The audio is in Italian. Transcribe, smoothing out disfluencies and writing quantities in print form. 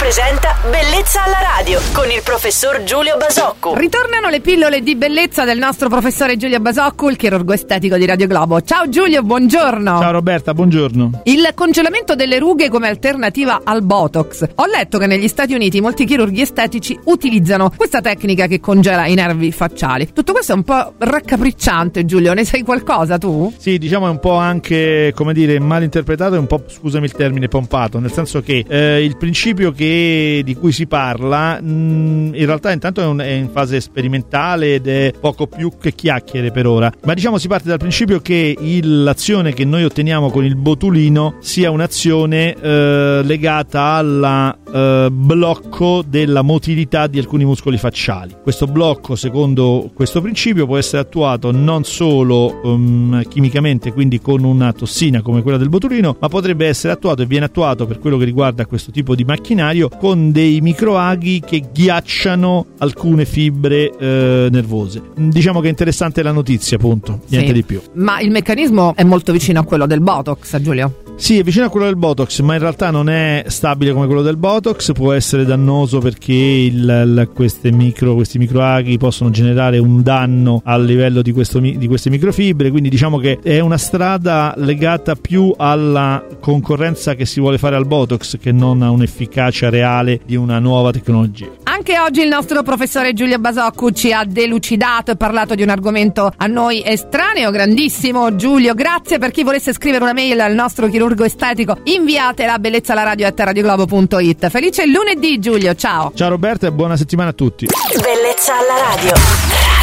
presenta Bellezza alla radio con il professor Giulio Basocco. Ritornano le pillole di bellezza del nostro professore Giulio Basocco, il chirurgo estetico di Radio Globo. Ciao Giulio, buongiorno. Ciao Roberta, buongiorno. Il congelamento delle rughe come alternativa al Botox. Ho letto che negli Stati Uniti molti chirurghi estetici utilizzano questa tecnica che congela i nervi facciali. Tutto questo è un po' raccapricciante, Giulio, ne sai qualcosa tu? Sì, diciamo è un po' anche, come dire, mal interpretato e un po', scusami il termine, pompato, nel senso che il principio di cui si parla in realtà intanto è in fase sperimentale ed è poco più che chiacchiere per ora, ma diciamo si parte dal principio che l'azione che noi otteniamo con il botulino sia un'azione legata al blocco della motilità di alcuni muscoli facciali. Questo blocco, secondo questo principio, può essere attuato non solo chimicamente, quindi con una tossina come quella del botulino, ma potrebbe essere attuato e viene attuato, per quello che riguarda questo tipo di macchinario, con dei microaghi che ghiacciano alcune fibre nervose. Diciamo che è interessante la notizia, appunto, niente di più. Ma il meccanismo è molto vicino a quello del Botox, Giulio? Sì, è vicino a quello del Botox, ma in realtà non è stabile come quello del Botox, può essere dannoso perché questi microaghi possono generare un danno a livello di queste microfibre, quindi diciamo che è una strada legata più alla concorrenza che si vuole fare al Botox che non a un'efficacia reale di una nuova tecnologia. Anche oggi il nostro professore Giulio Basocco ci ha delucidato e parlato di un argomento a noi estraneo, grandissimo. Giulio, grazie. Per chi volesse scrivere una mail al nostro chirurgo estetico, inviatela a bellezzalaradio@radioglobo.it. Felice lunedì Giulio, ciao. Ciao Roberta e buona settimana a tutti. Bellezza alla radio.